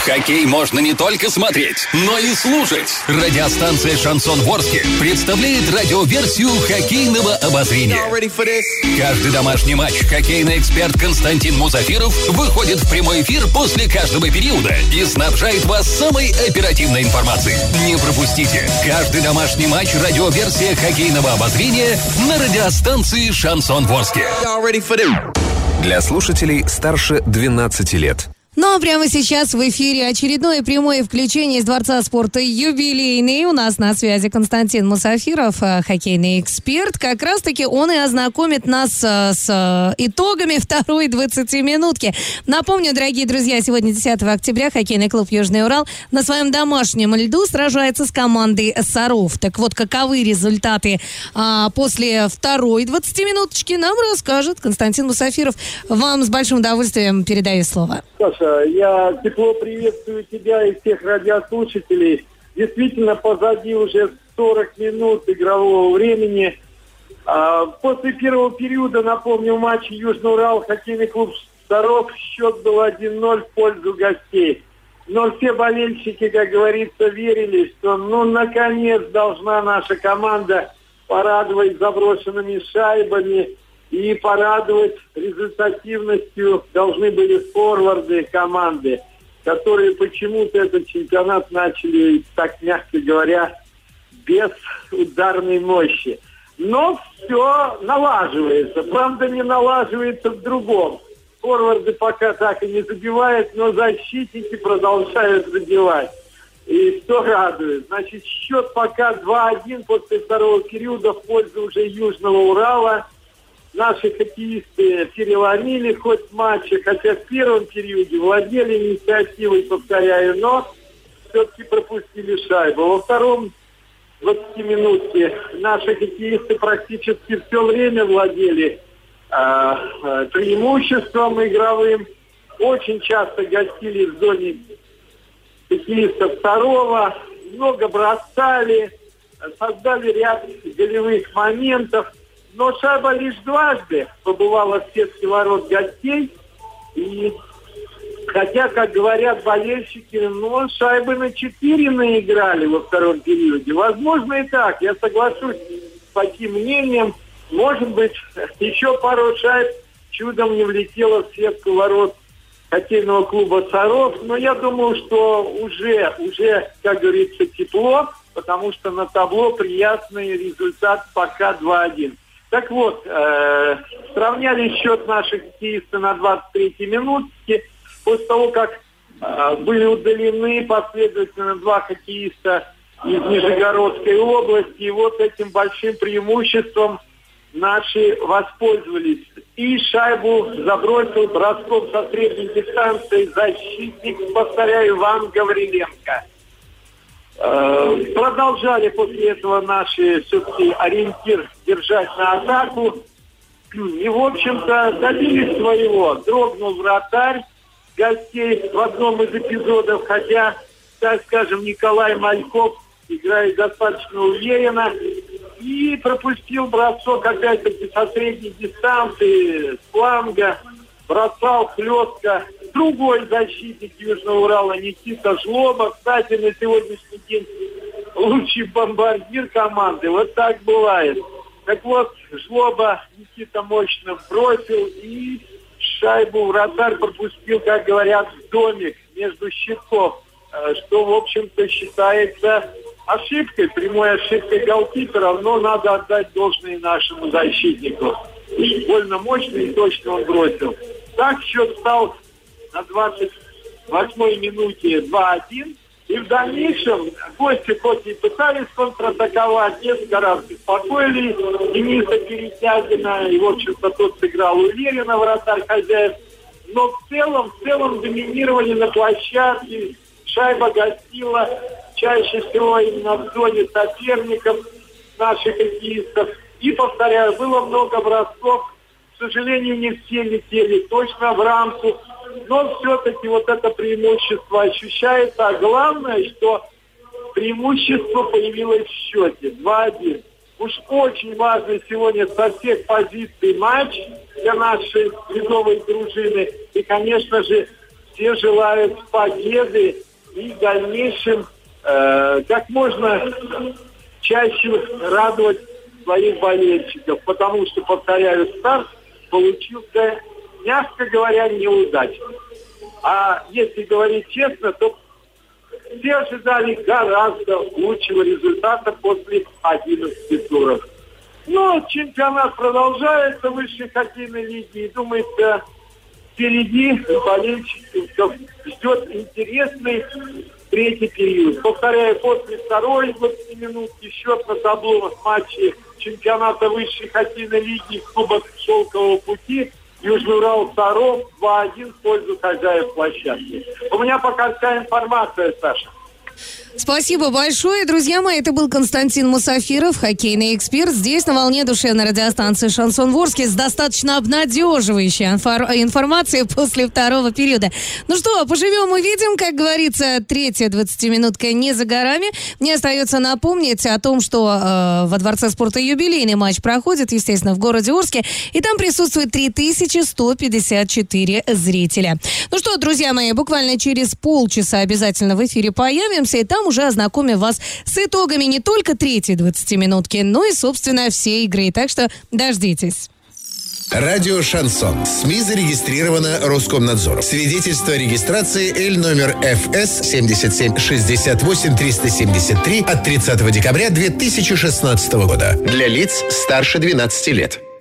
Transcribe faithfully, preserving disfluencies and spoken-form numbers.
Хоккей можно не только смотреть, но и слушать. Радиостанция «Шансон Ворске» представляет радиоверсию хоккейного обозрения. Каждый домашний матч хоккейный эксперт Константин Мусафиров выходит в прямой эфир после каждого периода и снабжает вас самой оперативной информацией. Не пропустите. Каждый домашний матч радиоверсия хоккейного обозрения на радиостанции «Шансон Ворске». Для слушателей старше двенадцати лет. Ну а прямо сейчас в эфире очередное прямое включение из Дворца спорта «Юбилейный». У нас на связи Константин Мусафиров, хоккейный эксперт. Как раз-таки он и ознакомит нас с итогами второй двадцатиминутки. Напомню, дорогие друзья, сегодня десятого октября хоккейный клуб «Южный Урал» на своем домашнем льду сражается с командой «Саров». Так вот, каковы результаты а, после второй двадцатиминуточки, нам расскажет Константин Мусафиров. Вам с большим удовольствием передаю слово. Я тепло приветствую тебя и всех радиослушателей. Действительно, позади уже сорок минут игрового времени. После первого периода, напомню, в матче Южный Урал, хоккейный клуб «Саров», счет был один ноль в пользу гостей. Но все болельщики, как говорится, верили, что ну, наконец должна наша команда порадовать заброшенными шайбами. И порадовать результативностью должны были форварды команды, которые почему-то этот чемпионат начали, так мягко говоря, без ударной мощи. Но все налаживается. Правда, не налаживается в другом. Форварды пока так и не забивают, но защитники продолжают забивать. И что радует. Значит, счет пока два один после второго периода в пользу уже Южного Урала. Наши хоккеисты переломили ход матча, хотя в первом периоде владели инициативой, повторяю, но все-таки пропустили шайбу. Во втором двадцатиминутке наши хоккеисты практически все время владели э, э, преимуществом игровым. Очень часто гостили в зоне хоккеистов второго, много бросали, создали ряд голевых моментов. Но шайба лишь дважды побывала в сетке ворот гостей. И хотя, как говорят болельщики, ну, шайбы на четыре наиграли во втором периоде. Возможно и так. Я соглашусь с таким мнением. Может быть, еще пару шайб чудом не влетело в сетку ворот хоккейного клуба «Саров». Но я думаю, что уже, уже, как говорится, тепло, потому что на табло приятный результат пока два один. Так вот, э, сравняли счет наших хоккеистов на двадцать третьей минутке. После того, как э, были удалены последовательно два хоккеиста из Нижегородской области. И вот этим большим преимуществом наши воспользовались. И шайбу забросил броском со средней дистанции защитник, повторяю, Иван Гавриленко. Продолжали после этого наши все-таки ориентир держать на атаку. И, в общем-то, добились своего. Дрогнул вратарь гостей в одном из эпизодов, хотя, так скажем, Николай Мальков играет достаточно уверенно. И пропустил бросок, опять-таки, со средней дистанции, с фланга. Бросал хлестко другой защитник Южного Урала Никита Жлоба. Кстати, на сегодняшний день лучший бомбардир команды. Вот так бывает. Так вот, Жлоба Никита мощно бросил и шайбу вратарь пропустил, как говорят, в домик между щитков. Что, в общем-то, считается ошибкой, прямой ошибкой голкипера. Но надо отдать должное нашему защитнику. Больно мощно и точно он бросил. Так счет стал на двадцать восьмой минуте два один. И в дальнейшем гости хоть и пытались контратаковать, несколько раз беспокоили Дениса Перетягина. И, в общем-то, тот сыграл уверенно, вратарь хозяев. Но в целом, в целом доминировали на площадке. Шайба гостила чаще всего именно в зоне соперников наших хоккеистов. И, повторяю, было много бросков. К сожалению, не все летели точно в рамку. Но все-таки вот это преимущество ощущается. А главное, что преимущество появилось в счете два один. Уж очень важный сегодня со всех позиций матч для нашей ледовой дружины. И, конечно же, все желают победы и в дальнейшем э, как можно чаще радовать своих болельщиков, потому что, повторяю, старт получился, мягко говоря, неудачным. А если говорить честно, то все ожидали гораздо лучшего результата после одиннадцати туров. Но чемпионат продолжается в высшей хоккейной лиге, и, думается, впереди болельщиков ждет интересный третий период. Повторяю, после второй двадцати минутки счет на табло в матче чемпионата высшей хоккейной лиги Кубок Шелкового пути Южный Урал Саров два один в пользу хозяев площадки. У меня пока вся информация, Саша. Спасибо большое, друзья мои. Это был Константин Мусафиров, хоккейный эксперт. Здесь на волне душевной радиостанции «Шансон Ворске» с достаточно обнадеживающей инфор- информацией после второго периода. Ну что, поживем, увидим. Как говорится, третья двадцатиминутка не за горами. Мне остается напомнить о том, что э, во Дворце спорта юбилейный матч проходит, естественно, в городе Орске. И там присутствует три тысячи сто пятьдесят четыре зрителя. Ну что, друзья мои, буквально через полчаса обязательно в эфире появимся. И там уже ознакомим вас с итогами не только третьей двадцатиминутки, но и, собственно, всей игры. Так что дождитесь. Радио «Шансон». СМИ зарегистрировано Роскомнадзором. Свидетельство о регистрации Л номер эф эс семьдесят семь шестьдесят восемь триста семьдесят три от тридцатого декабря две тысячи шестнадцатого года. Для лиц старше двенадцати лет.